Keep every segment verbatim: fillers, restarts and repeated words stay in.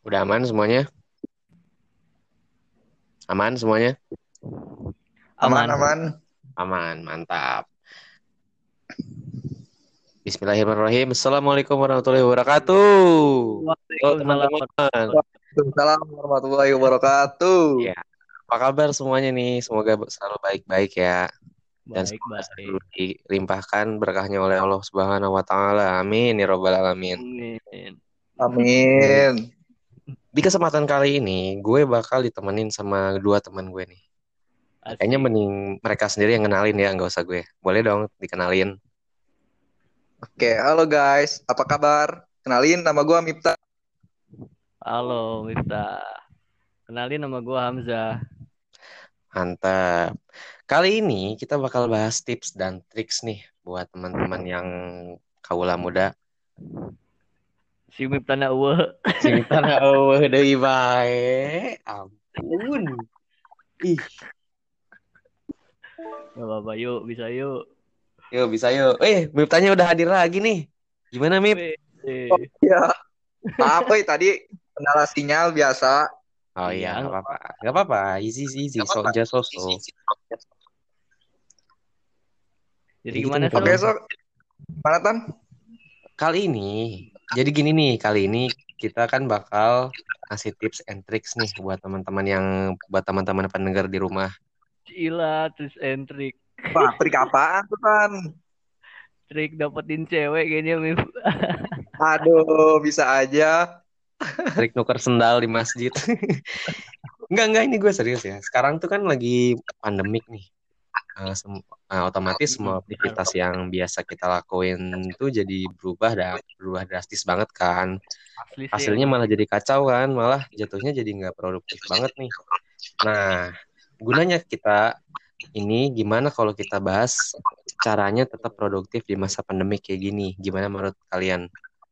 Udah aman semuanya? Aman semuanya? Aman, Aman. aman. Aman, mantap. Bismillahirrahmanirrahim. Assalamualaikum warahmatullahi wabarakatuh. Halo Waalaikumsalam. teman-teman. Waalaikumsalam warahmatullahi wabarakatuh. Ya, apa kabar semuanya nih? Semoga selalu baik-baik ya. Dan Baik, semoga selalu baik. dilimpahkan berkahnya oleh Allah Subhanahu wa taala. Amin ya rabbal alamin. Amin. Nih, Amin. di kesempatan kali ini gue bakal ditemenin sama dua teman gue nih. Kayaknya Asik. mending mereka sendiri yang kenalin ya, nggak usah gue. Boleh dong dikenalin. Oke, halo guys. Apa kabar? Kenalin, nama gua Mipta. Halo, Miftah. Kenalin nama gua Hamzah. Mantap. Kali ini kita bakal bahas tips dan triks nih buat teman-teman yang kaula muda. Si Miftah na eueuh. Si Mitana eueuh deui bae. Ampun. Ih, Gak apa-apa, yuk. Bisa yuk. yuk bisa yuk. Eh, Miftanya udah hadir lagi nih. Gimana, Mip? Weh. Oh iya. Maaf, eh, tadi kendala sinyal biasa. Oh iya, Iya, nggak nggak apa-apa. apa-apa. Nggak apa-apa. Easy, easy. So, just so, so. Jadi Jadi gitu gimana, nih, Oke, teman. Sul? so. Mana, Tan? Kali ini, jadi gini nih, kali ini kita kan bakal ngasih tips and tricks nih buat teman-teman yang buat teman-teman pendengar di rumah. Gila, terus and trik. Wah, trik apaan tuh, Tan? Trik dapetin cewek kayaknya, Mif. Aduh, bisa aja. Trik nuker sendal di masjid. Enggak, enggak, ini gue serius ya. Sekarang tuh kan lagi pandemik nih. Eh, sem- eh, otomatis Hmm, semua benar. aktivitas yang biasa kita lakuin tuh jadi berubah dan berubah drastis banget kan. Asli sih Hasilnya emang. malah jadi kacau kan, malah jatuhnya jadi nggak produktif banget nih. Nah, gunanya kita ini gimana kalau kita bahas caranya tetap produktif di masa pandemik kayak gini? Gimana menurut kalian?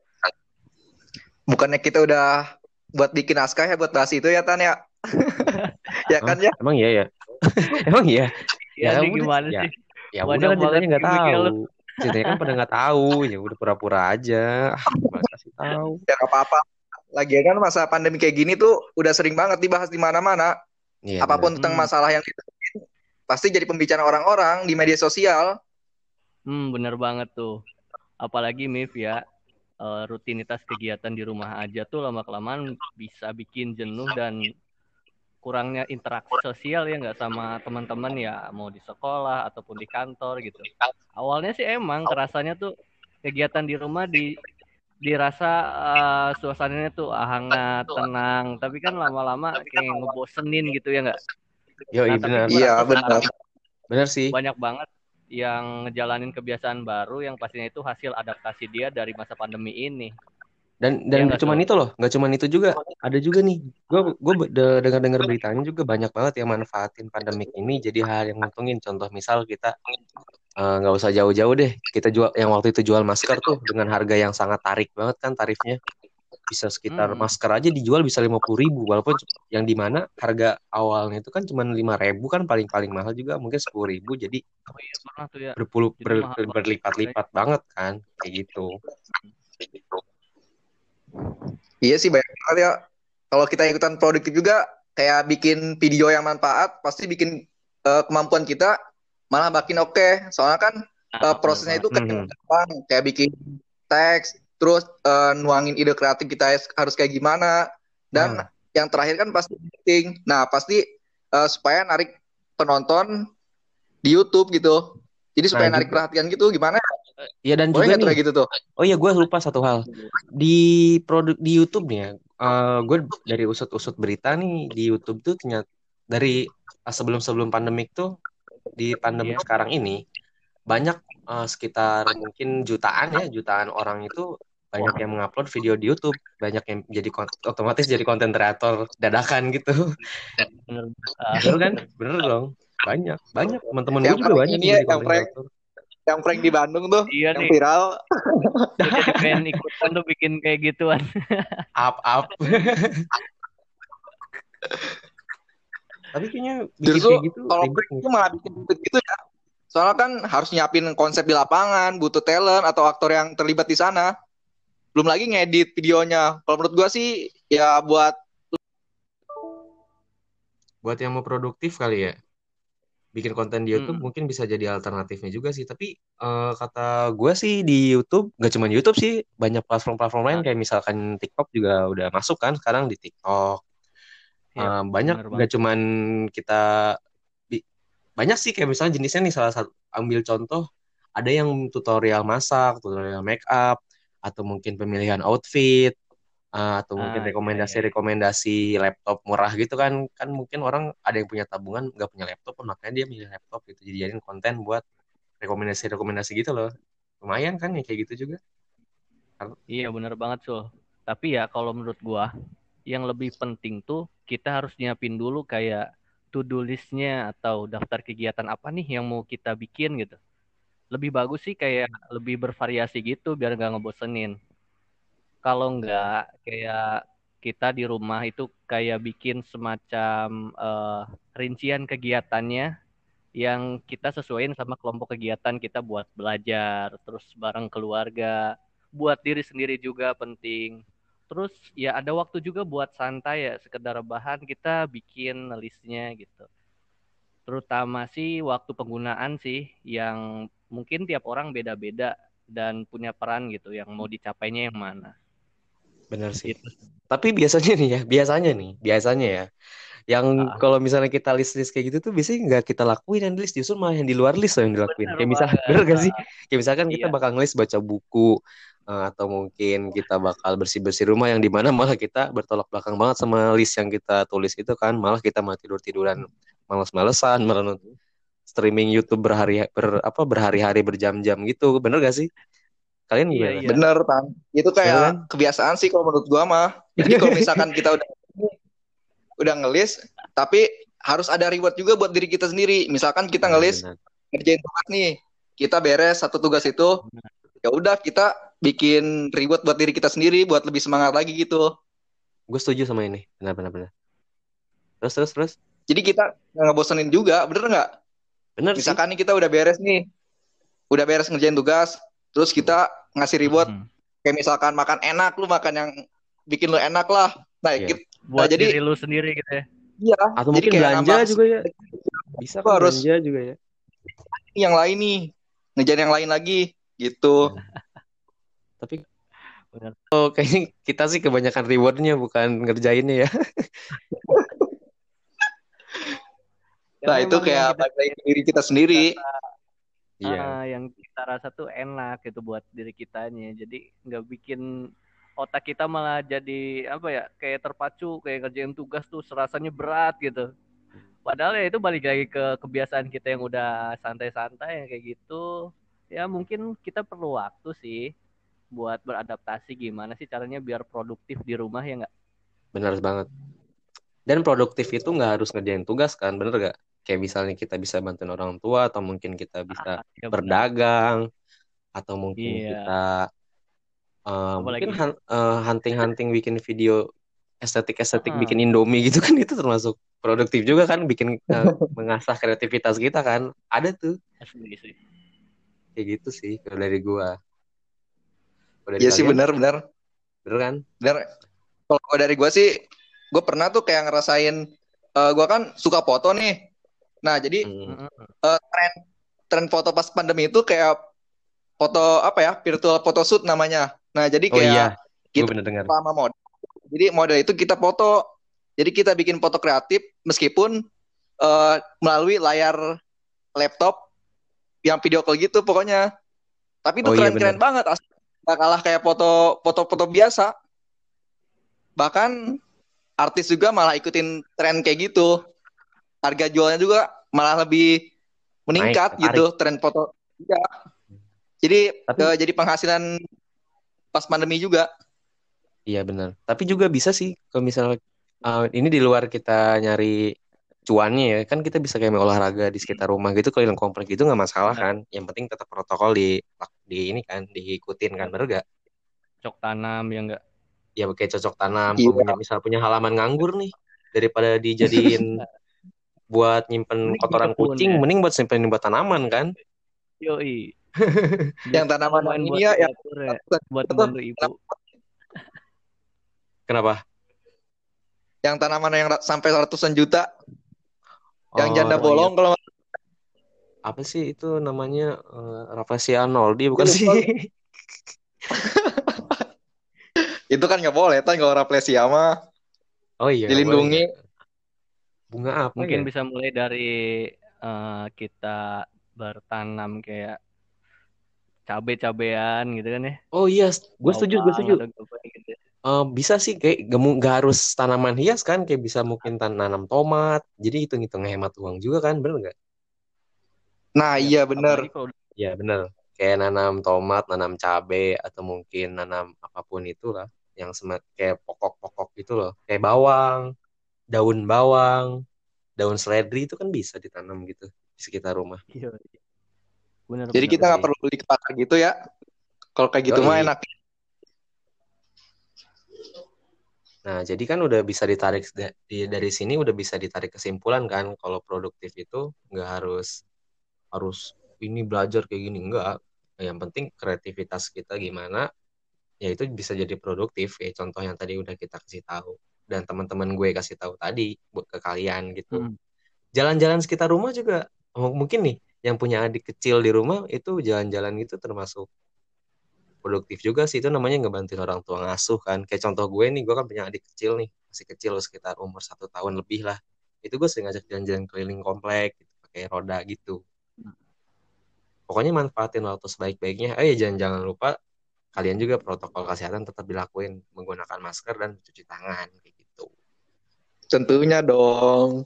Bukannya kita udah buat bikin naskah ya buat bahas itu ya, Tan ya? Ya Hah? kan ya? Emang iya ya? Emang iya? Ya Ya nih udah, gimana ya sih? ya udah Banyak kan banget ceritanya nggak gimmicknya tahu. lu. Ceritanya kan pada nggak tahu, ya udah pura-pura aja. Ah, malah kasih tahu. Ya nggak apa-apa. Lagian kan masa pandemi kayak gini tuh udah sering banget dibahas di mana-mana. Iya benar. Apapun tentang Hmm, masalah yang pasti jadi pembicaraan orang-orang di media sosial. hmm, bener banget tuh. Apalagi Mif ya, eh, rutinitas kegiatan di rumah aja tuh lama-kelamaan bisa bikin jenuh dan kurangnya interaksi sosial ya nggak sama teman-teman ya mau di sekolah ataupun di kantor gitu. Awalnya sih emang kerasanya tuh kegiatan di rumah di dirasa eh, suasananya tuh hangat, tenang, tapi kan lama-lama kayak ngebosenin gitu ya nggak? Yo, Nah, iya tapi benar. Iya, gimana kalau benar. sekarang Benar sih. banyak banget yang ngejalanin kebiasaan baru yang pastinya itu hasil adaptasi dia dari masa pandemi ini. Dan Ya dan gak nggak, cuman Sul? itu loh, gak cuman itu juga. Ada juga nih. Gue gue dengar-dengar beritanya juga banyak banget yang manfaatin pandemik ini jadi hal yang nguntungin. Contoh misal kita eh, nggak usah jauh-jauh deh. Kita jual yang waktu itu jual masker tuh dengan harga yang sangat tarik banget kan tarifnya. Bisa sekitar Hmm. masker aja dijual bisa lima puluh ribu walaupun yang dimana harga awalnya itu kan cuma lima ribu kan paling-paling mahal juga mungkin sepuluh ribu jadi Oh iya pernah tuh ya. berpuluh Jadi ber- mahal banget harganya. berlipat-lipat banget kan kayak gitu. Iya sih banyak banget ya. Kalau kita ikutan produktif juga, kayak bikin video yang manfaat, pasti bikin eh, kemampuan kita malah makin oke. Soalnya kan Nah, eh, bener prosesnya banget. itu kayak Mhm. gampang, kayak bikin teks, terus eh, nuangin ide kreatif kita harus kayak gimana. Dan Nah, yang terakhir kan pasti editing. Nah, pasti eh, supaya narik penonton di YouTube gitu. Jadi nah supaya narik juga. perhatian gitu, gimana? Ya dan Boleh juga nggak tuh nih. kayak gitu tuh? Oh iya gue lupa satu hal. Di produk di YouTube nih ya. eh, gue dari usut-usut berita nih di YouTube tuh ternyata dari eh, sebelum-sebelum pandemik tuh di pandemik Iya. sekarang ini banyak eh, sekitar mungkin jutaan ya jutaan orang itu banyak yang mengupload video di YouTube, banyak yang jadi kon- otomatis jadi konten kreator dadakan gitu. Bener. Ah, Bener kan? Bener dong. Banyak, banyak teman-teman gue Yang juga paling banyak ini yang ya, jadi yang konten prank, kreator. yang prank di Bandung tuh, iya yang nih. viral. Gue jadi pengen ikutan tuh bikin kayak gituan. Up, up. Tapi kayaknya bikin Justru kayak gitu kalau ribet prank nih. itu malah bikin ribet gitu ya. Soalnya kan harus nyiapin konsep di lapangan, butuh talent atau aktor yang terlibat di sana. belum lagi ngedit videonya. Kalau menurut gua sih ya buat Buat yang mau produktif kali ya, bikin konten di YouTube Mm-mm. mungkin bisa jadi alternatifnya juga sih. Tapi eh, kata gue sih di YouTube, gak cuma di YouTube sih, banyak platform-platform lain Ah, kayak misalkan TikTok juga udah masuk kan sekarang di TikTok. ya Eh, banyak, bener gak banget. cuman kita, bi- banyak sih kayak misalnya jenisnya nih salah satu, ambil contoh, ada yang tutorial masak, tutorial make up, atau mungkin pemilihan outfit, eh, atau mungkin Ah, iya, iya, iya. rekomendasi-rekomendasi laptop murah gitu kan. Kan mungkin orang ada yang punya tabungan nggak punya laptop pun makanya dia milih laptop gitu, jadi jadiin konten buat rekomendasi-rekomendasi gitu loh. Lumayan kan ya kayak gitu juga. Karena- Iya, bener banget, Sul. Tapi ya kalau menurut gua, yang lebih penting tuh kita harus nyiapin dulu kayak to-do list-nya atau daftar kegiatan apa nih yang mau kita bikin gitu. Lebih bagus sih kayak lebih bervariasi gitu biar nggak ngebosenin. Kalau nggak kayak kita di rumah itu kayak bikin semacam eh, rincian kegiatannya yang kita sesuaiin sama kelompok kegiatan kita buat belajar, terus bareng keluarga, buat diri sendiri juga penting. Terus ya ada waktu juga buat santai ya, sekedar rebahan kita bikin listnya gitu. Terutama sih waktu penggunaan sih yang mungkin tiap orang beda-beda dan punya peran gitu yang mau dicapainya yang mana. Bener sih. Gitu. Tapi biasanya nih ya, biasanya nih, biasanya ya, yang Ah, kalau misalnya kita list-list kayak gitu tuh biasanya nggak kita lakuin yang di list, justru malah yang di luar list loh yang dilakuin. bener Kayak misal, banget. bener gak sih? Ah, Kayak misalkan kita iya, bakal ngelis baca buku, eh, atau mungkin kita bakal bersih-bersih rumah yang dimana malah kita bertolak belakang banget sama list yang kita tulis itu kan. Malah kita malah tidur-tiduran, males-malesan, malah nonton streaming YouTube berhari ber, apa berhari-hari berjam-jam gitu. Bener gak sih? Kalian iya, gimana? iya. bener kan. Itu Bener kayak kan? kebiasaan sih kalau menurut gua mah. Jadi kalau misalkan kita udah udah ngelis, tapi harus ada reward juga buat diri kita sendiri. Misalkan kita ngelis Benar-benar. ngerjain tugas nih, kita beres satu tugas itu, ya udah kita bikin reward buat diri kita sendiri buat lebih semangat lagi gitu. Gue setuju sama ini. Benar-benar. Benar. Terus, terus, terus. Jadi kita nggak ngebosenin juga, bener nggak? Bener sih. Misalkan nih kita udah beres nih, udah beres ngerjain tugas, terus Hmm. kita ngasih reward Mm-mm. kayak misalkan makan enak, lu makan yang bikin lu enak lah. Nah, Iya. kita, nah Buat jadi diri lu sendiri gitu ya. iya, Atau jadi mungkin kayak belanja nambah juga ya. Bisa lu kan harus belanja juga ya. yang lain nih, ngejar yang lain lagi gitu. Hmm. Tapi Bener. oh, kayaknya kita sih kebanyakan rewardnya bukan ngerjainnya ya. Ya Nah, itu memang yang kayak kita balik lagi ke diri kita sendiri. Iya. ah, yang kita rasa tuh enak gitu buat diri kitanya. Jadi nggak bikin otak kita malah jadi apa ya kayak terpacu kayak ngerjain tugas tuh serasanya berat gitu. Padahal ya itu balik lagi ke kebiasaan kita yang udah santai-santai yang kayak gitu. Ya mungkin kita perlu waktu sih buat beradaptasi gimana sih caranya biar produktif di rumah ya nggak? Benar banget. Dan produktif itu nggak harus ngerjain tugas kan, bener gak? Kayak misalnya kita bisa bantuin orang tua, atau mungkin kita bisa Ah, ya benar. berdagang, atau mungkin kita Iya. eh, mungkin Apalagi hun- eh, hunting-hunting bikin video estetik-estetik bikin ah, Indomie gitu kan, itu termasuk produktif juga kan, bikin eh, mengasah kreativitas kita kan. Ada tuh asli sih. kayak gitu sih kalau dari gua. Kalau dari Iya sih kalian, benar-benar. bener kan? Benar. Kalau gua dari gua sih, gue pernah tuh kayak ngerasain, eh gue kan suka foto nih. Nah, jadi Hmm. Mm-mm. eh, tren tren foto pas pandemi itu kayak foto apa ya, virtual photoshoot namanya. Nah, jadi Oh iya, kayak gue kita bener dengar. sama model. Jadi model itu kita foto. Jadi kita bikin foto kreatif meskipun eh, melalui layar laptop yang video call gitu pokoknya. Tapi itu Oh iya bener. keren-keren banget. Asli. Gak kalah kayak foto foto-foto biasa. Bahkan artis juga malah ikutin tren kayak gitu. Harga jualnya juga malah lebih Naik, meningkat tertarik. gitu tren foto. Ya, jadi Tapi eh, jadi penghasilan pas pandemi juga. iya benar. Tapi juga bisa sih kalau misalnya uh, ini di luar kita nyari cuannya ya, kan kita bisa kayak main olahraga di sekitar rumah gitu, keliling komplek gitu nggak masalah Benar. kan. Yang penting tetap protokol di di ini kan diikutin kan, bener gak? Cok tanam ya enggak? Ya kayak cocok tanam, kalau punya Iya. misal punya halaman nganggur nih, daripada dijadiin buat nyimpen Ini di kotoran kebun kucing, ya. mending buat simpen buat tanaman kan. Yoi. Yang Biar tanaman yang lumayan ini buat ya di yang dapur ya. Buat kita tuh membantu ibu. Kenapa? Yang tanaman yang ra- sampai ratusan juta, yang Oh, janda Oh iya, bolong kalau nggak apa sih itu namanya uh, Rafflesia Arnoldi salah, bukan sih? lupa. Itu kan nggak boleh, kan kalau Rafflesia mah Oh iya nggak boleh ya. dilindungi. Bunga apa mungkin ya? bisa mulai dari eh, kita bertanam kayak cabe-cabean gitu kan ya. Oh iya, gue setuju, gue Bawang setuju. atau apa gitu. Eh, bisa sih kayak gak, mu- gak harus tanaman hias kan, kayak bisa mungkin tanam tomat. Jadi hitung-hitung hemat uang juga kan, bener nggak? Nah Ya, iya bener. apalagi kalau Ya bener. Kayak nanam tomat, nanam cabe, atau mungkin nanam apapun itulah yang semat kayak pokok-pokok gitu loh, kayak bawang, daun bawang, daun seledri itu kan bisa ditanam gitu di sekitar rumah. iya, benar Jadi benar kita Itu nggak sih. perlu beli ke pasar gitu ya. Kalau kayak gitu mah Yoi. enak. Nah, jadi kan udah bisa ditarik da- di- dari sini udah bisa ditarik kesimpulan kan kalau produktif itu nggak harus harus ini belajar kayak gini enggak. Yang penting kreativitas kita gimana, ya itu bisa jadi produktif kayak contoh yang tadi udah kita kasih tahu dan teman-teman gue kasih tahu tadi buat ke kalian gitu. Hmm, Jalan-jalan sekitar rumah juga M- mungkin nih yang punya adik kecil di rumah itu jalan-jalan gitu termasuk produktif juga sih, itu namanya ngebantuin orang tua ngasuh kan, kayak contoh gue nih, gue kan punya adik kecil nih, masih kecil sekitar umur satu tahun lebih lah, itu gue sering ngajak jalan-jalan keliling komplek gitu, pakai roda gitu. Pokoknya manfaatin waktu sebaik-baiknya. Eh jangan jangan lupa kalian juga protokol kesehatan tetap dilakuin, menggunakan masker dan mencuci tangan kayak gitu. Tentunya dong.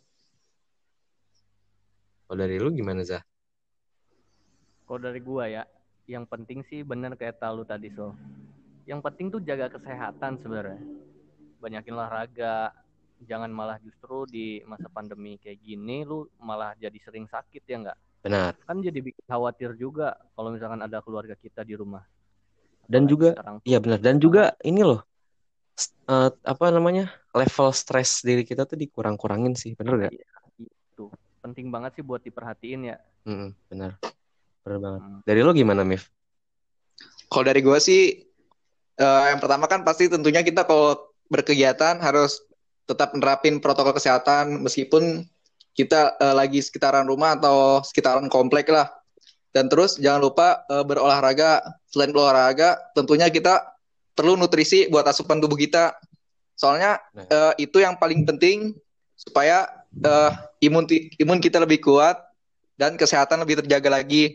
Kalau dari lu gimana, Zah? kalau dari gua ya, yang penting sih bener kayak talu tadi so. Yang penting tuh jaga kesehatan sebenarnya. Banyakin olahraga, jangan malah justru di masa pandemi kayak gini lu malah jadi sering sakit ya nggak? Benar. Kan jadi bikin khawatir juga kalau misalkan ada keluarga kita di rumah, Dan apalagi juga sekarang iya tuh benar, dan juga sangat ini loh, s- eh, apa namanya, level stres diri kita tuh dikurang-kurangin sih, bener gak? ya, itu penting banget sih buat diperhatiin ya. Mm-mm, benar, benar banget. Hmm. Dari lo gimana, Mif? Kalau dari gue sih, eh, yang pertama kan pasti tentunya kita kalau berkegiatan harus tetap menerapin protokol kesehatan meskipun kita eh, lagi sekitaran rumah atau sekitaran komplek lah. Dan terus jangan lupa eh, berolahraga. Selain berolahraga, tentunya kita perlu nutrisi buat asupan tubuh kita. Soalnya Nah, eh, itu yang paling penting supaya eh, imun imun kita lebih kuat dan kesehatan lebih terjaga lagi.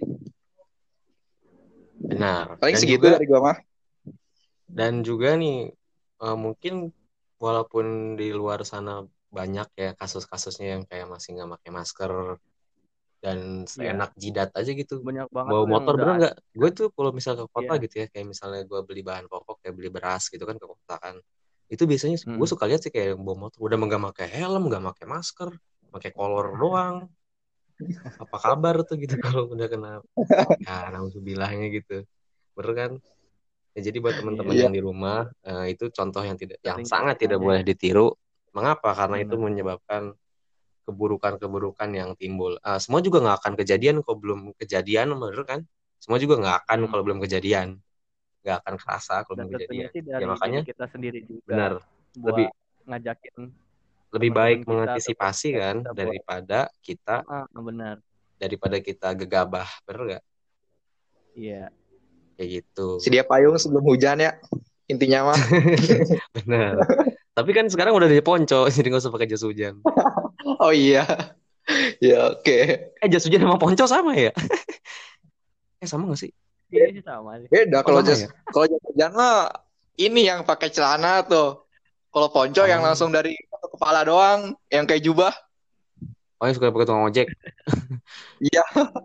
benar. Paling Dan segitu juga dari gua mah. dan juga nih eh, mungkin walaupun di luar sana banyak ya kasus-kasusnya yang kayak masih nggak pakai masker dan Iya, seenak jidat aja gitu banyak banget bawa tuh yang motor, udah bener ada. nggak? Gue tuh kalau misal ke kota Iya. gitu ya, kayak misalnya gue beli bahan pokok kayak beli beras gitu kan ke kota kan, itu biasanya gue Hmm. suka lihat sih kayak yang bawa motor udah nggak pakai helm, nggak pakai masker, pakai kolor doang. Apa kabar tuh gitu kalau udah kena, ya naudzubilahnya gitu, bener kan? Ya, jadi buat Iya, teman-teman Iya. yang di rumah, eh, itu contoh yang tidak, yang sering sangat tidak bahayanya boleh ya. ditiru. Mengapa? Karena itu Bener. menyebabkan keburukan-keburukan yang timbul. Ah, semua juga nggak akan kejadian kalau belum kejadian, bener kan? Semua juga nggak akan Hmm. kalau belum kejadian, nggak akan kerasa kalau Dan belum tentunya kejadian. sih Ya dari diri makanya kita sendiri juga benar, lebih buat ngajakin lebih baik teman-teman kita atau mengantisipasi keluarga kan kita buat daripada kita ah, benar. daripada kita gegabah, bener nggak? Iya. Kayak gitu, Sedia payung teman-teman. sebelum hujan ya. Intinya mah. Benar. Tapi kan sekarang udah ada ponco, jadi nggak usah pakai jas hujan. Oh iya. Ya oke. Eh, jas hujan sama ponco sama ya? Eh, sama nggak sih? Iya sih sama sih. Beda Oh, kalau sama jas ya? kalau jas hujan mah ini yang pakai celana tuh. Kalau ponco yang Oh, langsung dari kepala doang, yang kayak jubah. oh yang suka pakai tukang ojek. Iya.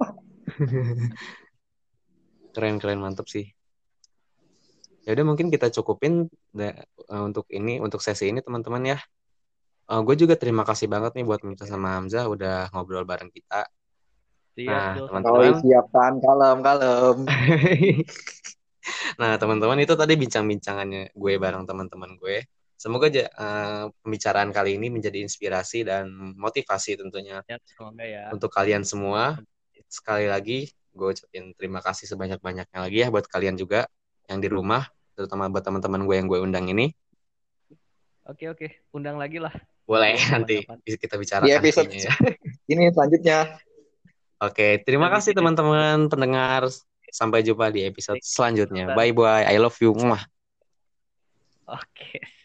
Keren, keren, mantep sih. Ya udah mungkin kita cukupin da- eh, untuk ini, untuk sesi ini teman-teman ya. Gue juga terima kasih banget nih buat Mita sama Hamzah udah ngobrol bareng kita. Siap Nah, tuh Oh teman-teman. sama-sama. siap kan, kalem kalem. Nah, teman-teman itu tadi bincang-bincangannya gue bareng teman-teman gue. Semoga aja eh, pembicaraan kali ini menjadi inspirasi dan motivasi tentunya Ya, semoga ya. untuk kalian semua. Sekali lagi, gue ucapin terima kasih sebanyak-banyaknya lagi ya buat kalian juga yang di rumah, terutama buat teman-teman gue yang gue undang ini. Oke oke, undang lagi lah. Boleh Buat nanti kapan-kapan. kita Di bicarakan episode isinya ya. ini selanjutnya. Oke, terima Kita kasih bikin teman-teman pendengar. Sampai jumpa di episode selanjutnya. episode. Bye bye. I love you. Mwah. Oke.